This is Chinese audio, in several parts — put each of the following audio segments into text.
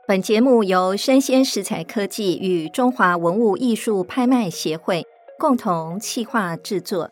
本节目由生鲜食材科技与中华文物艺术拍卖协会共同企划制作。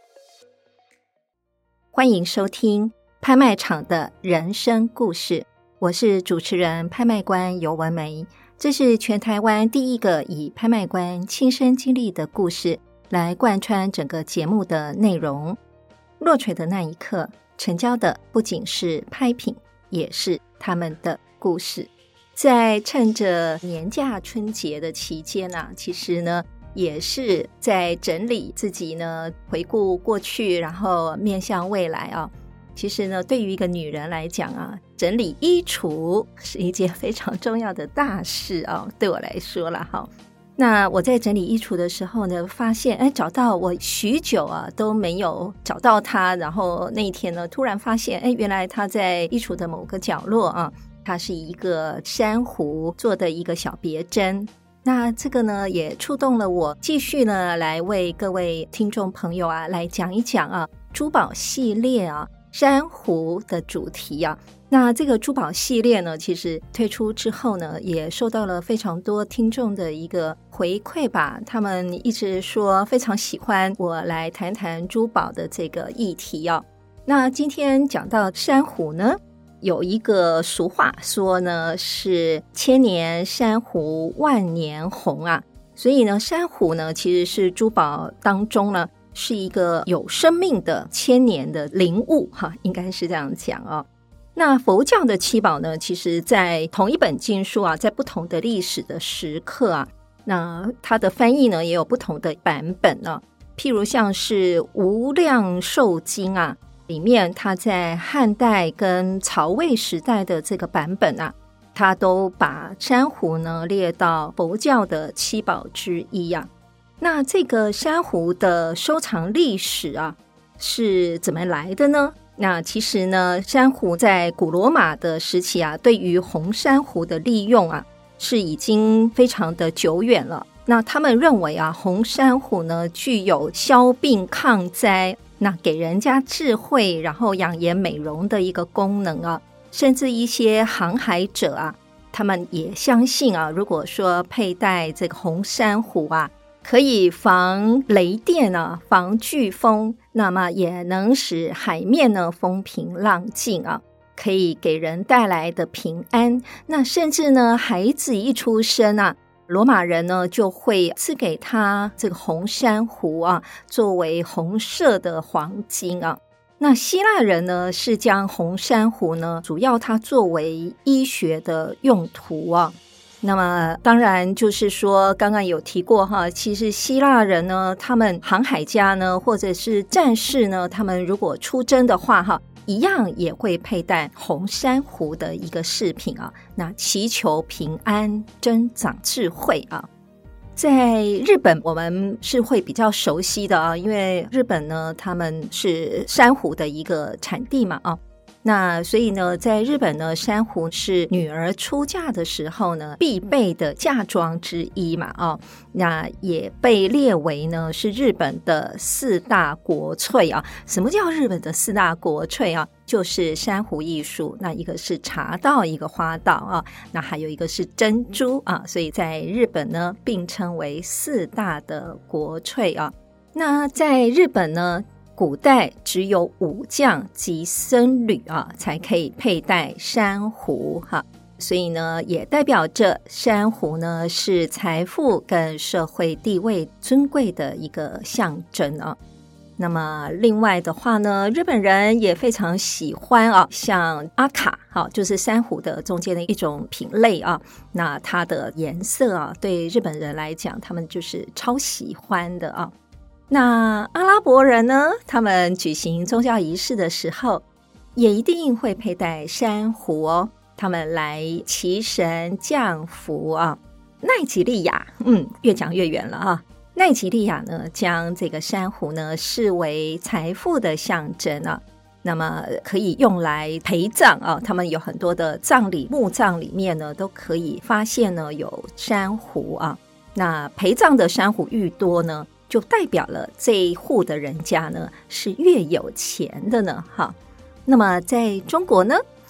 欢迎收听拍卖场的人生故事，我是主持人拍卖官尤文梅。这是全台湾第一个以拍卖官亲身经历的故事来贯穿整个节目的内容。落锤的那一刻，成交的不仅是拍品，也是他们的故事。在趁着年假春节的期间啊，其实呢也是在整理自己呢，回顾过去，然后面向未来啊。其实呢，对于一个女人来讲啊，整理衣橱是一件非常重要的大事啊，对我来说啦哈。那我在整理衣橱的时候呢，发现找到我许久啊都没有找到它，然后那一天呢，突然发现原来它在衣橱的某个角落啊，它是一个珊瑚做的一个小别针。那这个呢也触动了我，继续呢来为各位听众朋友啊来讲一讲啊珠宝系列啊珊瑚的主题啊。那这个珠宝系列呢，其实推出之后呢，也受到了非常多听众的一个回馈吧。他们一直说非常喜欢我来谈谈珠宝的这个议题啊。那今天讲到珊瑚呢，有一个俗话说呢，是千年珊瑚万年红啊。所以呢，珊瑚呢其实是珠宝当中呢是一个有生命的千年的灵物哈，应该是这样讲哦。那佛教的七宝呢，其实在同一本经书啊，在不同的历史的时刻啊，那它的翻译呢也有不同的版本啊。譬如像是无量寿经啊，里面它在汉代跟曹魏时代的这个版本啊，它都把珊瑚呢列到佛教的七宝之一啊。那这个珊瑚的收藏历史啊是怎么来的呢？那其实呢，珊瑚在古罗马的时期啊，对于红珊瑚的利用啊是已经非常的久远了。那他们认为啊，红珊瑚呢具有消病抗灾，那给人家智慧，然后养颜美容的一个功能啊。甚至一些航海者啊，他们也相信啊，如果说佩戴这个红珊瑚啊，可以防雷电啊，防飓风，那么也能使海面呢风平浪静啊，可以给人带来的平安。那甚至呢，孩子一出生啊，罗马人呢就会赐给他这个红珊瑚啊，作为红色的黄金啊。那希腊人呢是将红珊瑚呢，主要它作为医学的用途啊。那么当然就是说刚刚有提过哈，其实希腊人呢，他们航海家呢或者是战士呢，他们如果出征的话哈，一样也会佩戴红珊瑚的一个饰品啊，那祈求平安，增长智慧啊。在日本我们是会比较熟悉的啊，因为日本呢他们是珊瑚的一个产地嘛啊。那所以呢，在日本呢，珊瑚是女儿出嫁的时候呢必备的嫁妆之一嘛哦，那也被列为呢是日本的四大国粹啊。什么叫日本的四大国粹啊？就是珊瑚艺术，那一个是茶道，一个花道啊，那还有一个是珍珠啊，所以在日本呢并称为四大的国粹啊。那在日本呢，古代只有武将及僧侣啊才可以佩戴珊瑚哈，所以呢也代表着珊瑚呢是财富跟社会地位尊贵的一个象征啊。那么另外的话呢，日本人也非常喜欢啊，像阿卡就是珊瑚的中间的一种品类啊，那它的颜色啊对日本人来讲他们就是超喜欢的啊。那阿拉伯人呢，他们举行宗教仪式的时候也一定会佩戴珊瑚哦，他们来祈神降福啊。奈及利亚越讲越远了啊。奈及利亚呢将这个珊瑚呢视为财富的象征啊，那么可以用来陪葬啊，他们有很多的葬礼墓葬里面呢都可以发现呢有珊瑚啊。那陪葬的珊瑚愈多呢，就代表了这一户的人家呢是越有钱的呢哈。那么在中国呢，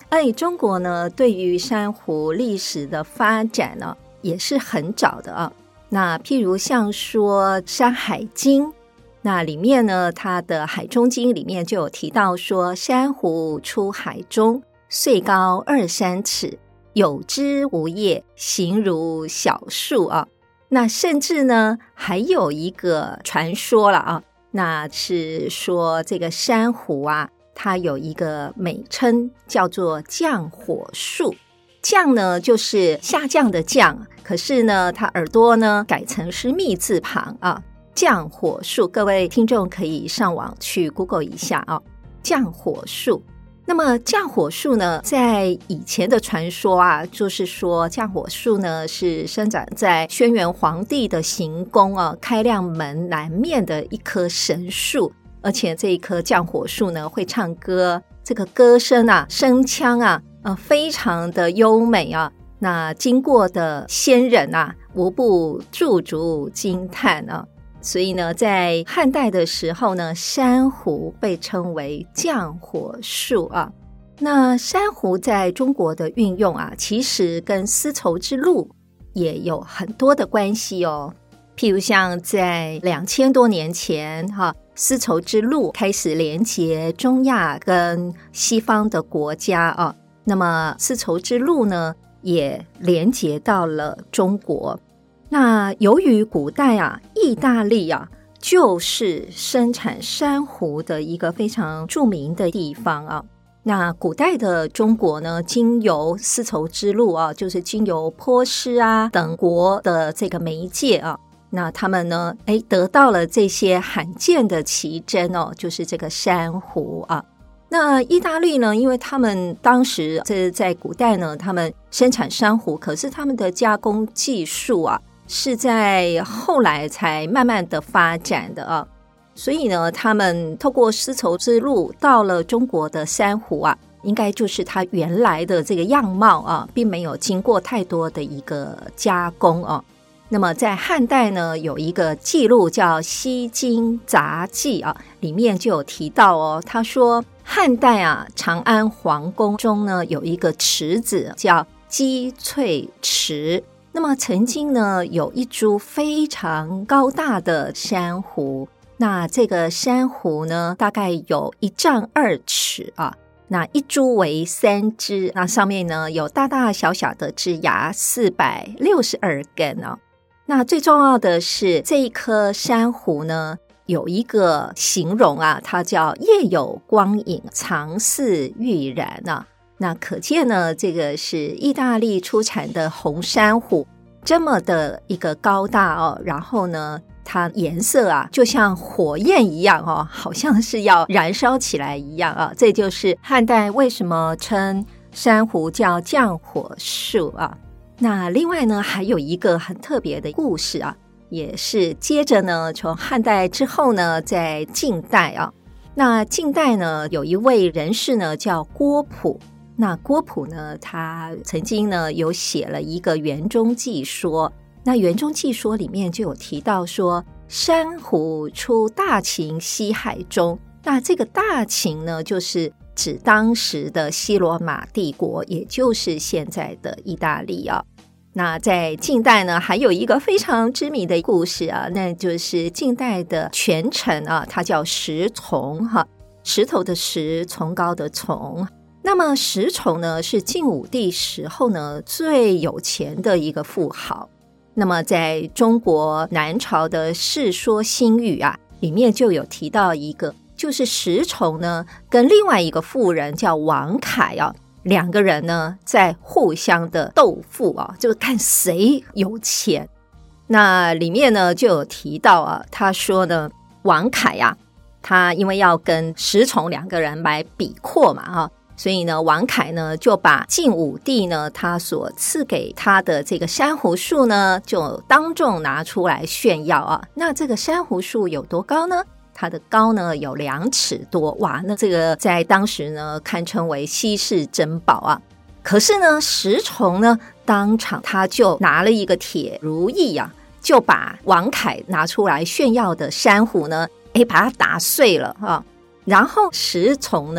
中国呢对于珊瑚历史的发展呢也是很早的啊。那譬如像说《山海经》，那里面呢它的《海中经》里面就有提到说，珊瑚出海中，岁高2-3尺，有枝无叶，形如小树啊。那甚至呢还有一个传说了啊，那是说这个珊瑚啊，它有一个美称叫做降火树。降呢就是下降的降，可是呢它耳朵呢改成是密字旁啊，降火树。各位听众可以上网去 Google 一下啊，降火树。那么降火树呢，在以前的传说啊，就是说降火树呢是生长在轩辕皇帝的行宫啊开亮门南面的一棵神树，而且这一棵降火树呢会唱歌，这个歌声啊声腔啊非常的优美啊，那经过的仙人啊无不驻足惊叹啊。所以呢在汉代的时候呢，珊瑚被称为降火树啊。那珊瑚在中国的运用啊，其实跟丝绸之路也有很多的关系哦。譬如像在2000多年前丝绸之路开始连接中亚跟西方的国家啊，那么丝绸之路呢也连接到了中国。那由于古代啊，意大利啊就是生产珊瑚的一个非常著名的地方啊。那古代的中国呢，经由丝绸之路啊，就是经由波斯啊等国的这个媒介啊，那他们呢得到了这些罕见的奇珍哦，就是这个珊瑚啊。那意大利呢，因为他们当时在古代呢，他们生产珊瑚，可是他们的加工技术啊是在后来才慢慢的发展的啊，所以呢他们透过丝绸之路到了中国的珊瑚啊，应该就是它原来的这个样貌啊，并没有经过太多的一个加工啊。那么在汉代呢，有一个记录叫《西京杂记》啊，里面就有提到哦，他说汉代啊，长安皇宫中呢有一个池子叫积翠池，那么曾经呢有一株非常高大的珊瑚，那这个珊瑚呢大概有1丈2尺啊，那一株为3枝，那上面呢有大大小小的枝芽462根啊。那最重要的是这一颗珊瑚呢有一个形容啊，它叫夜有光影，常似玉然啊。那可见呢，这个是意大利出产的红珊瑚，这么的一个高大哦，然后呢它颜色啊就像火焰一样哦，好像是要燃烧起来一样啊。这就是汉代为什么称珊瑚叫降火树啊。那另外呢还有一个很特别的故事啊，也是接着呢从汉代之后呢在晋代啊，那晋代呢有一位人士呢叫郭璞，那郭璞呢他曾经呢有写了一个园中记说，那园中记说里面就有提到说，珊瑚出大秦西海中，那这个大秦呢就是指当时的西罗马帝国，也就是现在的意大利啊。那在晋代呢还有一个非常知名的故事啊，那就是晋代的权臣啊，他叫石崇哈，石头的石，崇高的崇。那么石崇呢是晋武帝时候呢最有钱的一个富豪，那么在中国南朝的《世说新语》啊里面就有提到一个，就是石崇呢跟另外一个妇人叫王凯啊，两个人呢在互相的斗富啊，就是看谁有钱。那里面呢就有提到啊，他说呢王凯啊，他因为要跟石崇两个人来比阔嘛啊，所以呢王凯呢就把晋武帝呢他所赐给他的这个珊瑚树呢就当众拿出来炫耀啊。那这个珊瑚树有多高呢？它的高呢有2尺多，哇，那这个在当时呢堪称为稀世珍宝啊。可是呢石崇呢当场他就拿了一个铁如意啊，就把王凯拿出来炫耀的珊瑚呢把它打碎了啊。然后石崇呢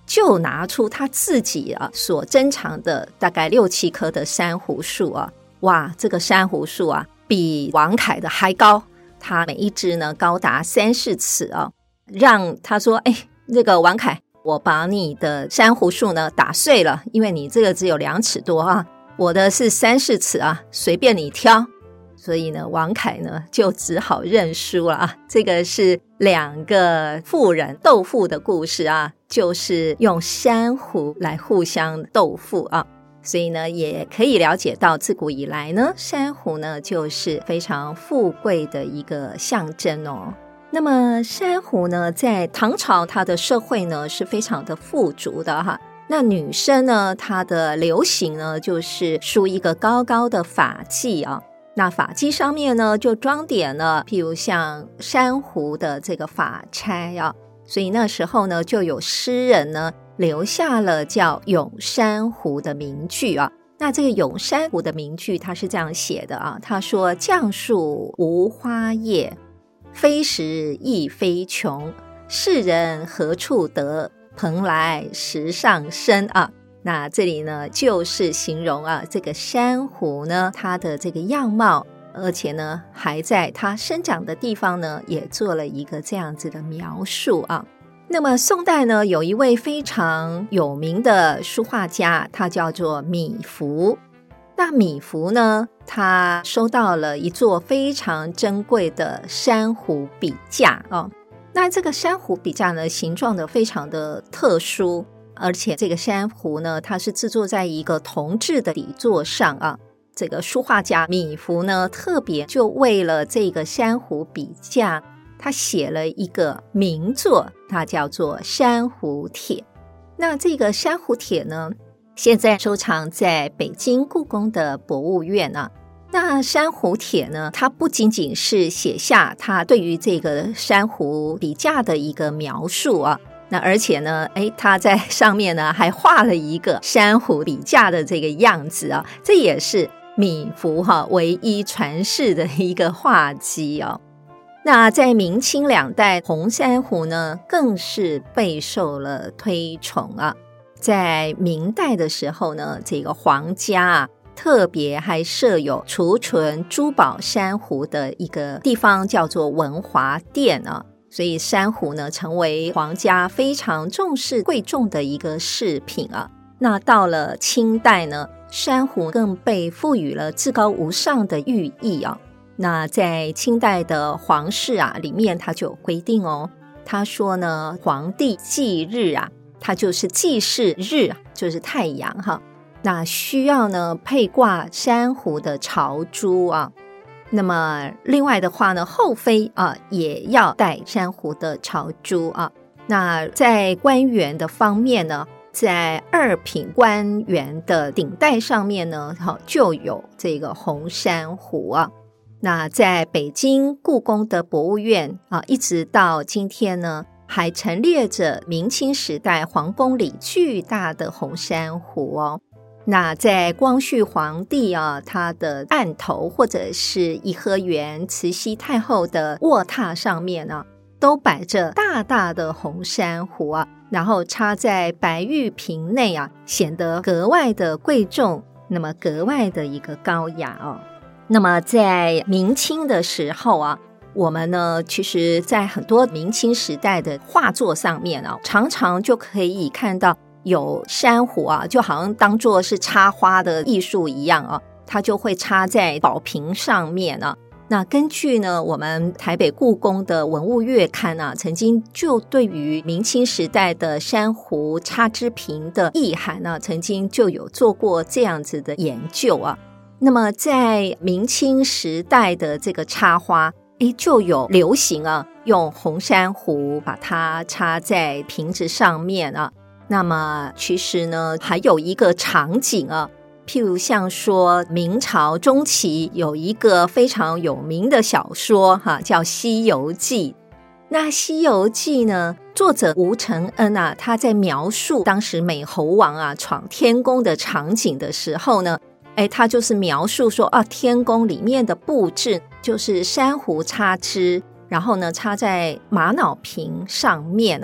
就拿出他自己所珍藏的大概6-7棵的珊瑚树哇，这个珊瑚树比王凯的还高，它每一只呢高达30尺让他说那个王凯，我把你的珊瑚树呢打碎了，因为你这个只有2尺多我的是30尺随便你挑。所以呢，王凯呢就只好认输了这个是2个妇人斗富的故事就是用珊瑚来互相斗富所以呢，也可以了解到自古以来呢，珊瑚呢就是非常富贵的一个象征那么珊瑚呢，在唐朝它的社会呢是非常的富足的那女生呢，她的流行呢就是梳一个高高的发髻那发髻上面呢就装点了譬如像珊瑚的这个发钗所以那时候呢就有诗人呢留下了叫咏珊瑚的名句那这个咏珊瑚的名句它是这样写的他说绛树无花叶，非时亦非穷，世人何处得，蓬莱石上生那这里呢就是形容这个珊瑚呢它的这个样貌，而且呢还在它生长的地方呢也做了一个这样子的描述那么宋代呢有一位非常有名的书画家，他叫做米芾。那米芾呢他收到了一座非常珍贵的珊瑚笔架那这个珊瑚笔架呢形状的非常的特殊，而且这个珊瑚呢它是制作在一个铜制的底座上这个书画家米芾呢特别就为了这个珊瑚笔架，他写了一个名作，它叫做珊瑚帖。那这个珊瑚帖呢现在收藏在北京故宫的博物院那珊瑚帖呢它不仅仅是写下他对于这个珊瑚笔架的一个描述那而且呢他在上面呢还画了一个珊瑚笔架的这个样子这也是米芾唯一传世的一个画技那在明清2代，红珊瑚呢更是备受了推崇在明代的时候呢，这个皇家特别还设有储存珠宝珊瑚的一个地方，叫做文华殿所以珊瑚呢成为皇家非常重视贵重的一个饰品那到了清代呢，珊瑚更被赋予了至高无上的寓意那在清代的皇室里面它就有规定他说呢，皇帝忌日它就是祭祀日就是太阳那需要呢配挂珊瑚的朝珠那么另外的话呢，后妃也要戴珊瑚的朝珠那在官员的方面呢，在2品官员的顶戴上面呢就有这个红珊瑚那在北京故宫的博物院一直到今天呢还陈列着明清时代皇宫里巨大的红珊瑚那在光绪皇帝他的案头或者是颐和园慈禧太后的卧榻上面都摆着大大的红珊瑚然后插在白玉瓶内显得格外的贵重，那么格外的一个高雅那么在明清的时候我们呢其实在很多明清时代的画作上面常常就可以看到有珊瑚就好像当作是插花的艺术一样它就会插在宝瓶上面那根据呢我们台北故宫的文物月刊曾经就对于明清时代的珊瑚插枝瓶的意涵曾经就有做过这样子的研究那么在明清时代的这个插花就有流行用红珊瑚把它插在瓶子上面那么其实呢还有一个场景譬如像说明朝中期有一个非常有名的小说叫《西游记》。那《西游记》呢，作者吴承恩他在描述当时美猴王闯天宫的场景的时候呢，他就是描述说天宫里面的布置就是珊瑚插枝，然后呢插在玛瑙瓶上面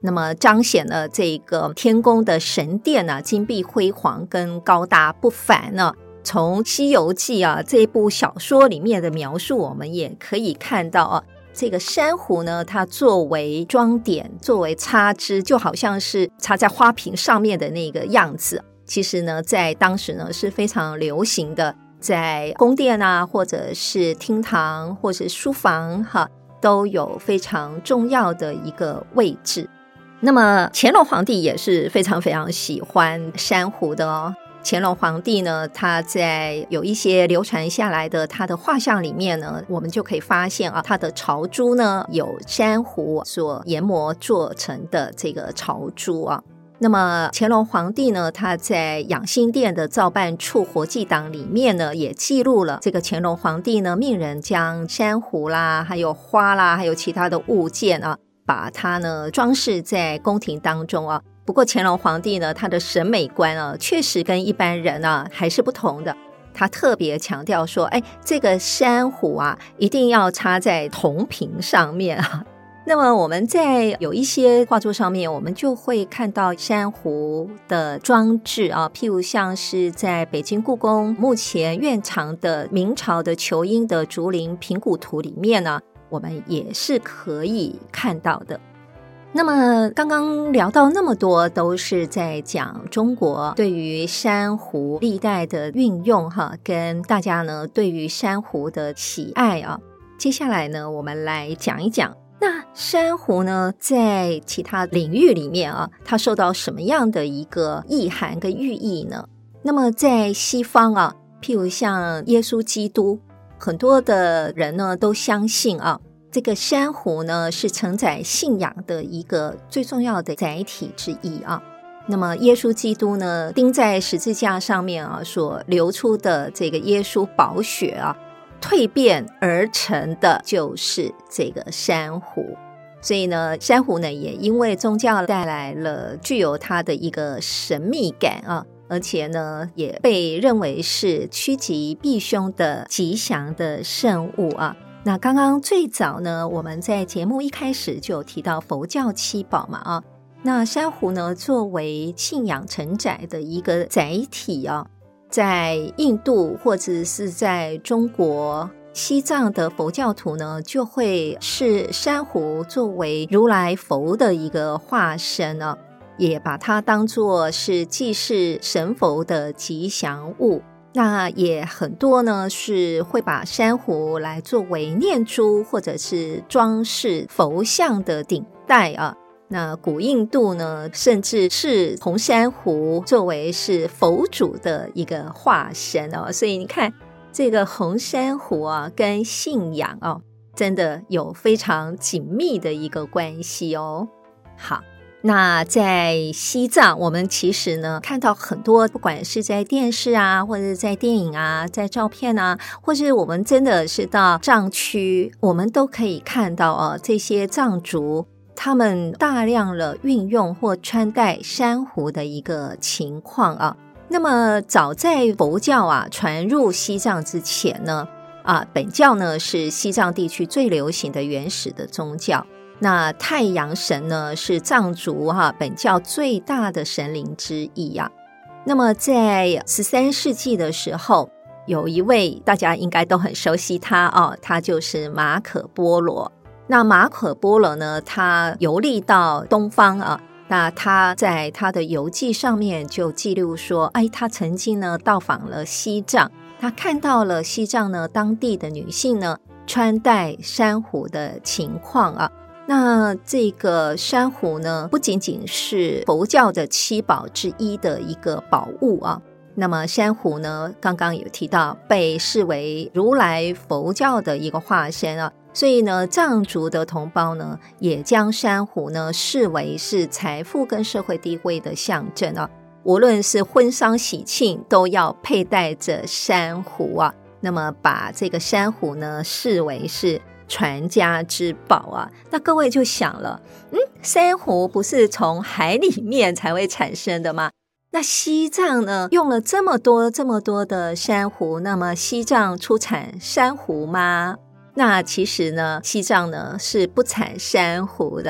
那么彰显了这个天宫的神殿啊，金碧辉煌跟高大不凡呢。从《西游记》啊这部小说里面的描述，我们也可以看到啊，这个珊瑚呢，它作为装点，作为插枝，就好像是插在花瓶上面的那个样子。其实呢，在当时呢是非常流行的，在宫殿啊，或者是厅堂，或者书房哈，都有非常重要的一个位置。那么乾隆皇帝也是非常非常喜欢珊瑚的哦。乾隆皇帝呢，他在有一些流传下来的他的画像里面呢，我们就可以发现啊，他的朝珠呢有珊瑚所研磨做成的这个朝珠啊。那么乾隆皇帝呢，他在养心殿的造办处活记档里面呢，也记录了这个乾隆皇帝呢命人将珊瑚啦，还有花啦，还有其他的物件啊，把它呢装饰在宫廷当中啊。不过乾隆皇帝呢，他的审美观啊，确实跟一般人啊还是不同的。他特别强调说，这个珊瑚啊，一定要插在铜瓶上面啊。那么我们在有一些画作上面，我们就会看到珊瑚的装置啊，譬如像是在北京故宫目前院藏的明朝的仇英的竹林平谷图里面呢，我们也是可以看到的。那么刚刚聊到那么多，都是在讲中国对于珊瑚历代的运用哈，跟大家呢对于珊瑚的喜爱啊。接下来呢，我们来讲一讲，那珊瑚呢在其他领域里面啊，它受到什么样的一个意涵跟寓意呢？那么在西方啊，譬如像耶稣基督，很多的人呢都相信啊，这个珊瑚呢是承载信仰的一个最重要的载体之一啊。那么耶稣基督呢钉在十字架上面啊，所流出的这个耶稣宝血啊，蜕变而成的就是这个珊瑚。所以呢，珊瑚呢也因为宗教带来了具有它的一个神秘感啊，而且呢也被认为是趋吉避凶的吉祥的圣物啊。那刚刚最早呢，我们在节目一开始就有提到佛教七宝嘛啊，那珊瑚呢作为信仰承载的一个载体啊，在印度或者是在中国西藏的佛教徒呢，就会视珊瑚作为如来佛的一个化身啊，也把它当作是祭祀神佛的吉祥物。那也很多呢是会把珊瑚来作为念珠或者是装饰佛像的顶戴啊。那古印度呢，甚至是红珊瑚作为是佛祖的一个化身哦。所以你看这个红珊瑚啊，跟信仰哦，真的有非常紧密的一个关系哦。好，那在西藏，我们其实呢看到很多，不管是在电视啊，或者是在电影啊，在照片啊，或是我们真的是到藏区，我们都可以看到这些藏族他们大量的运用或穿戴珊瑚的一个情况啊。那么早在佛教啊传入西藏之前呢，本教呢是西藏地区最流行的原始的宗教。那太阳神呢是藏族本教最大的神灵之一啊。那么在13世纪的时候，有一位大家应该都很熟悉他他就是马可波罗。那马可波罗呢，他游历到东方啊，那他在他的游记上面就记录说，他曾经呢到访了西藏，他看到了西藏呢当地的女性呢穿戴珊瑚的情况啊。那这个珊瑚呢，不仅仅是佛教的七宝之一的一个宝物啊。那么珊瑚呢，刚刚有提到被视为如来佛教的一个化身啊，所以呢，藏族的同胞呢，也将珊瑚呢视为是财富跟社会地位的象征啊。无论是婚丧喜庆，都要佩戴着珊瑚啊。那么把这个珊瑚呢视为是传家之宝啊。那各位就想了，珊瑚不是从海里面才会产生的吗？那西藏呢用了这么多的珊瑚，那么西藏出产珊瑚吗？那其实呢，西藏呢是不产珊瑚的啊。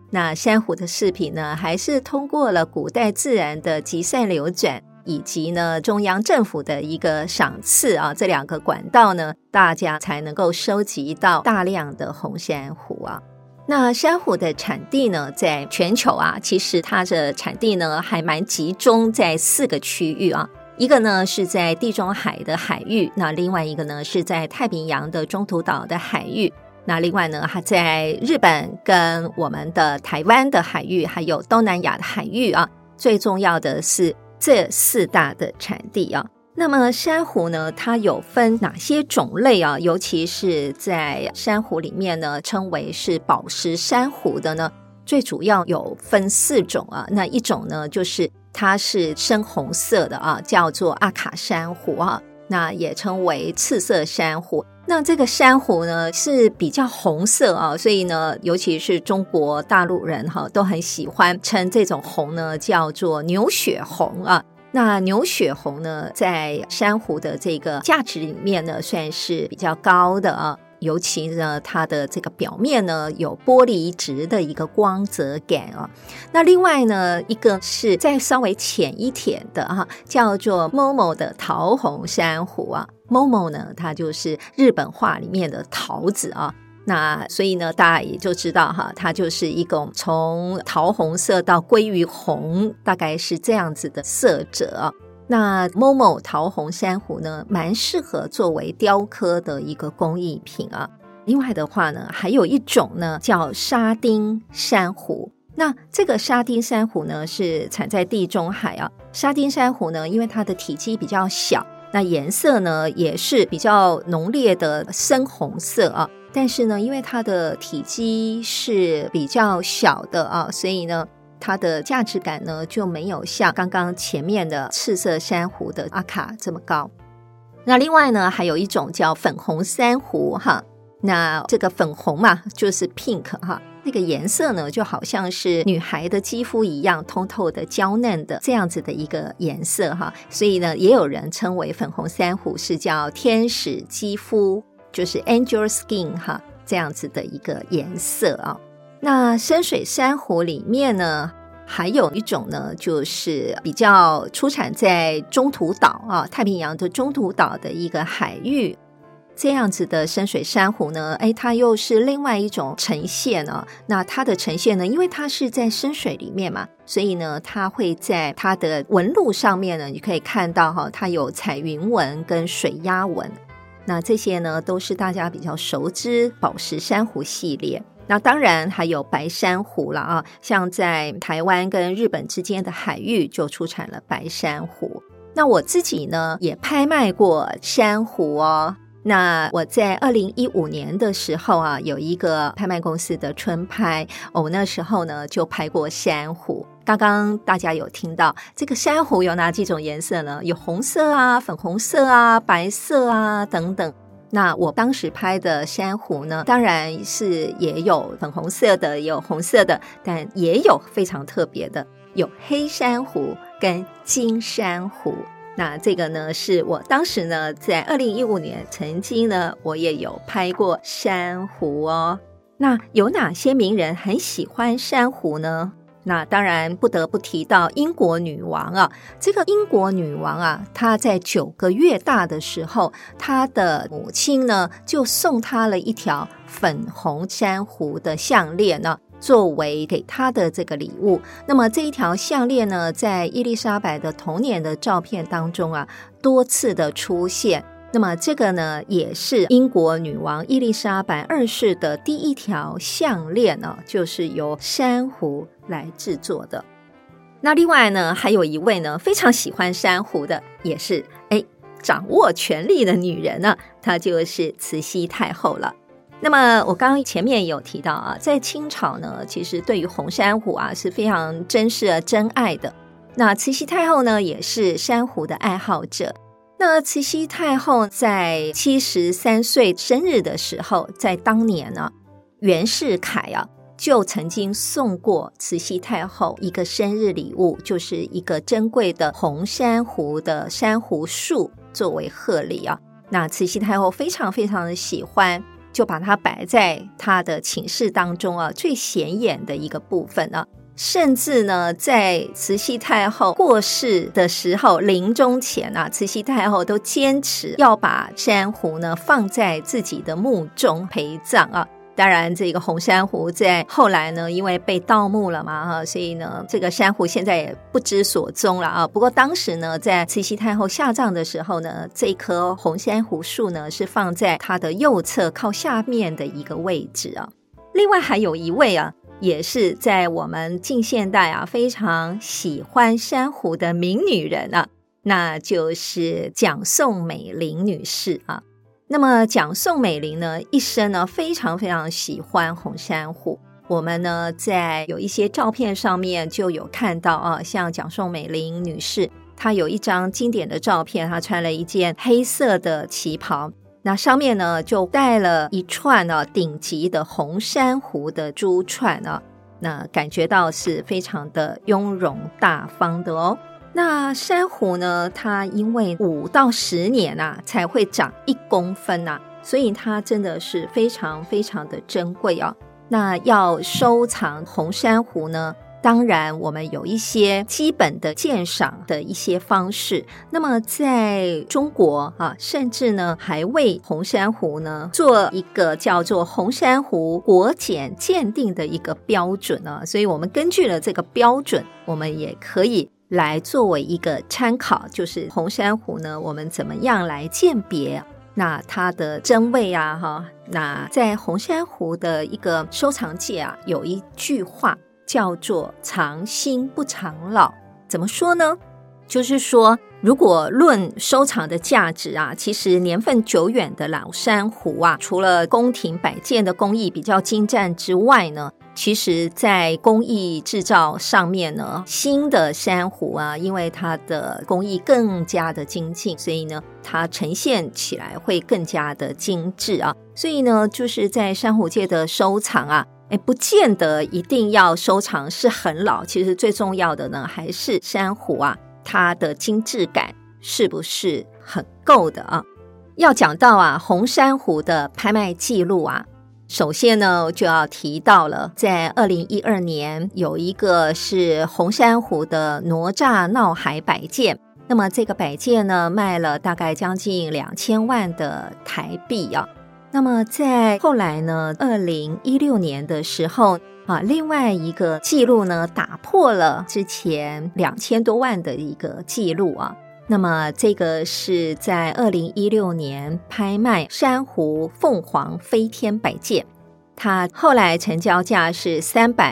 那珊瑚的饰品呢，还是通过了古代自然的集散流转，以及呢中央政府的一个赏赐啊，这两个管道呢，大家才能够收集到大量的红珊瑚啊。那珊瑚的产地呢，在全球啊，其实它的产地呢还蛮集中在4个区域啊。一个呢是在地中海的海域，那另外一个呢是在太平洋的中途岛的海域，那另外呢还在日本跟我们的台湾的海域，还有东南亚的海域啊。最重要的是这4大的产地啊。那么珊瑚呢，它有分哪些种类啊？尤其是在珊瑚里面呢，称为是宝石珊瑚的呢，最主要有分4种啊。那一种呢，就是它是深红色的啊，叫做阿卡珊瑚啊，那也称为赤色珊瑚。那这个珊瑚呢是比较红色啊，所以呢，尤其是中国大陆人都很喜欢称这种红呢叫做牛血红啊。那牛血红呢，在珊瑚的这个价值里面呢，算是比较高的啊。尤其呢，它的这个表面呢有玻璃质的一个光泽感啊。那另外呢，一个是再稍微浅一点的啊，叫做 Momo 的桃红珊瑚啊。Momo 呢，它就是日本话里面的桃子啊。那所以呢，大家也就知道哈，它就是一种从桃红色到鲑鱼红，大概是这样子的色泽啊。那 Momo 桃红珊瑚呢，蛮适合作为雕刻的一个工艺品啊。另外的话呢，还有一种呢叫沙丁珊瑚。那这个沙丁珊瑚呢，是产在地中海啊。沙丁珊瑚呢，因为它的体积比较小，那颜色呢也是比较浓烈的深红色啊。但是呢，因为它的体积是比较小的啊，所以呢它的价值感呢就没有像刚刚前面的赤色珊瑚的阿卡这么高。那另外呢，还有一种叫粉红珊瑚哈。那这个粉红嘛，就是 pink 哈，那个颜色呢就好像是女孩的肌肤一样，通透的娇嫩的这样子的一个颜色哈。所以呢，也有人称为粉红珊瑚是叫天使肌肤，就是 angel skin 哈，这样子的一个颜色啊。那深水珊瑚里面呢，还有一种呢，就是比较出产在中途岛啊，太平洋的中途岛的一个海域。这样子的深水珊瑚呢，它又是另外一种呈现啊。那它的呈现呢，因为它是在深水里面嘛，所以呢，它会在它的纹路上面呢，你可以看到它有彩云纹跟水压纹。那这些呢，都是大家比较熟知宝石珊瑚系列。那当然还有白珊瑚了啊，像在台湾跟日本之间的海域就出产了白珊瑚。那我自己呢，也拍卖过珊瑚哦。那我在2015年的时候啊，有一个拍卖公司的春拍，我那时候呢就拍过珊瑚。刚刚大家有听到这个珊瑚有哪几种颜色呢？有红色啊、粉红色啊、白色啊等等。那我当时拍的珊瑚呢，当然是也有粉红色的，也有红色的，但也有非常特别的，有黑珊瑚跟金珊瑚。那这个呢，是我当时呢在2015年曾经呢，我也有拍过珊瑚哦。那有哪些名人很喜欢珊瑚呢？那当然不得不提到英国女王啊。这个英国女王啊，她在9个月大的时候，她的母亲呢就送她了一条粉红珊瑚的项链呢，作为给她的这个礼物。那么这一条项链呢，在伊丽莎白的童年的照片当中啊，多次的出现。那么这个呢，也是英国女王伊丽莎白2世的第一条项链呢，就是由珊瑚来制作的。那另外呢，还有一位呢非常喜欢珊瑚的，也是掌握权力的女人呢，她就是慈禧太后了。那么我刚刚前面有提到啊，在清朝呢，其实对于红珊瑚啊是非常珍视珍爱的。那慈禧太后呢，也是珊瑚的爱好者。那慈禧太后在73岁生日的时候，在当年呢，袁世凯啊就曾经送过慈禧太后一个生日礼物，就是一个珍贵的红珊瑚的珊瑚树作为贺礼啊。那慈禧太后非常非常的喜欢。 就把它摆在他的寝室当中啊，最显眼的一个部分啊。甚至呢，在慈禧太后过世的时候，临终前啊，慈禧太后都坚持要把珊瑚呢放在自己的墓中陪葬啊。当然这个红珊瑚在后来呢因为被盗墓了嘛，所以呢这个珊瑚现在也不知所踪了啊。不过当时呢在慈禧太后下葬的时候呢，这棵红珊瑚树呢是放在她的右侧靠下面的一个位置啊。另外还有一位啊，也是在我们近现代啊非常喜欢珊瑚的名女人啊，那就是蒋宋美龄女士啊。那么蒋宋美龄呢一生呢非常非常喜欢红珊瑚，我们呢在有一些照片上面就有看到啊，像蒋宋美龄女士她有一张经典的照片，她穿了一件黑色的旗袍，那上面呢就戴了一串顶级的红珊瑚的珠串啊，那感觉到是非常的雍容大方的哦。那珊瑚呢它因为5到10年啊才会长1公分啊，所以它真的是非常非常的珍贵哦。那要收藏红珊瑚呢，当然我们有一些基本的鉴赏的一些方式，那么在中国啊，甚至呢还为红珊瑚呢做一个叫做红珊瑚国检鉴定的一个标准啊，所以我们根据了这个标准，我们也可以来作为一个参考，就是红珊瑚呢我们怎么样来鉴别那它的真伪啊。那在红珊瑚的一个收藏界啊，有一句话叫做藏新不藏老。怎么说呢？就是说如果论收藏的价值啊，其实年份久远的老珊瑚啊，除了宫廷摆件的工艺比较精湛之外呢，其实在工艺制造上面呢，新的珊瑚啊，因为它的工艺更加的精进，所以呢它呈现起来会更加的精致啊。所以呢就是在珊瑚界的收藏啊，不见得一定要收藏是很老，其实最重要的呢还是珊瑚啊它的精致感是不是很够的啊。要讲到啊红珊瑚的拍卖记录啊，首先呢就要提到了在2012年有一个是红珊瑚的哪吒闹海摆件，那么这个摆件呢卖了大概将近2000万的台币啊。那么在后来呢2016年的时候啊，另外一个记录呢打破了之前2000多万的一个记录啊。那么这个是在2016年拍卖珊瑚凤凰飞天摆件，它后来成交价是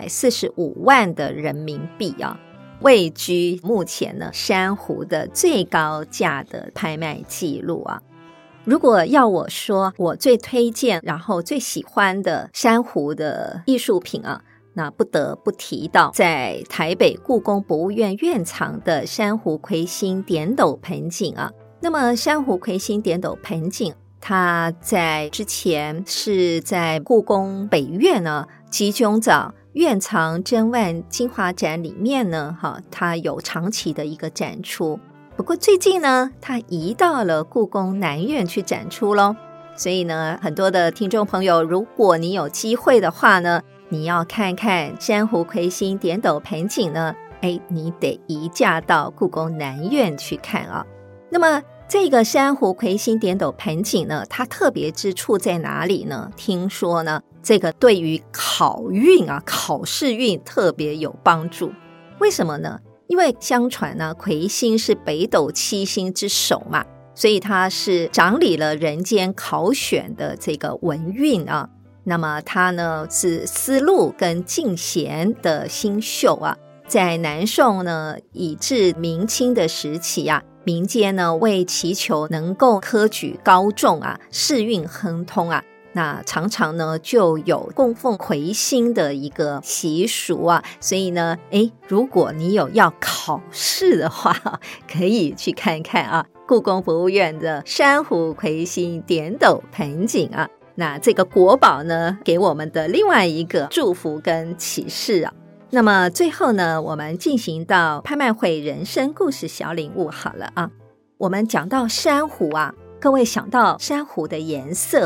345万的人民币啊，位居目前呢珊瑚的最高价的拍卖记录啊。如果要我说我最推荐然后最喜欢的珊瑚的艺术品啊，那不得不提到在台北故宫博物院院藏的珊瑚魁星点斗盆景啊。那么珊瑚魁星点斗盆景它在之前是在故宫北院呢吉凶藻院藏珍玩精华展里面呢它有长期的一个展出，不过最近呢它移到了故宫南院去展出咯。所以呢很多的听众朋友，如果你有机会的话呢，你要看看珊瑚魁星点斗盆景呢，你得移驾到故宫南院去看啊。那么这个珊瑚魁星点斗盆景呢，它特别之处在哪里呢？听说呢这个对于考运啊考试运特别有帮助。为什么呢？因为相传呢魁星是北斗7星之首嘛，所以它是掌理了人间考选的这个文运啊。那么它呢是思路跟进贤的星宿啊。在南宋呢以至明清的时期啊，民间呢为祈求能够科举高中啊，仕运亨通啊，那常常呢就有供奉魁星的一个习俗啊。所以呢如果你有要考试的话，可以去看看啊故宫博物院的珊瑚魁星点斗盆景啊。那这个国宝呢给我们的另外一个祝福跟启示啊。那么最后呢我们进行到拍卖会人生故事小领悟好了啊。我们讲到珊瑚啊，各位想到珊瑚的颜色，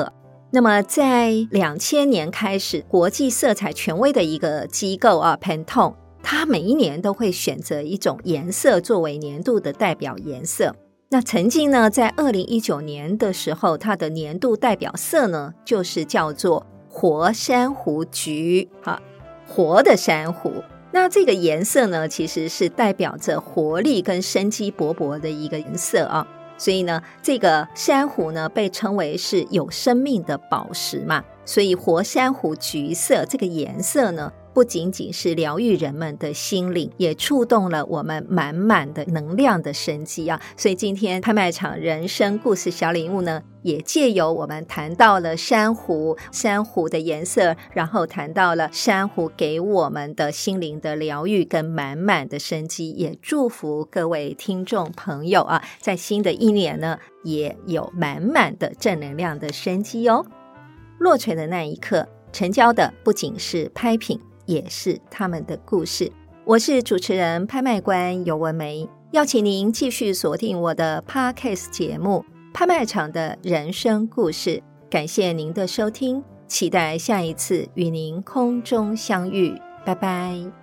那么在2000年开始，国际色彩权威的一个机构Pantone，它每一年都会选择一种颜色作为年度的代表颜色。那曾经呢，在2019年的时候，它的年度代表色呢，就是叫做活珊瑚橘，活的珊瑚。那这个颜色呢，其实是代表着活力跟生机勃勃的一个颜色啊。所以呢，这个珊瑚呢，被称为是有生命的宝石嘛，所以活珊瑚橘色这个颜色呢，不仅仅是疗愈人们的心灵，也触动了我们满满的能量的生机啊！所以今天拍卖场人生故事小礼物呢，也借由我们谈到了珊瑚的颜色，然后谈到了珊瑚给我们的心灵的疗愈跟满满的生机，也祝福各位听众朋友啊，在新的一年呢，也有满满的正能量的生机哦。落锤的那一刻，成交的不仅是拍品，也是他们的故事。我是主持人拍卖官尤文梅，邀请您继续锁定我的 Podcast 节目《拍卖场的人生故事》。感谢您的收听，期待下一次与您空中相遇，拜拜。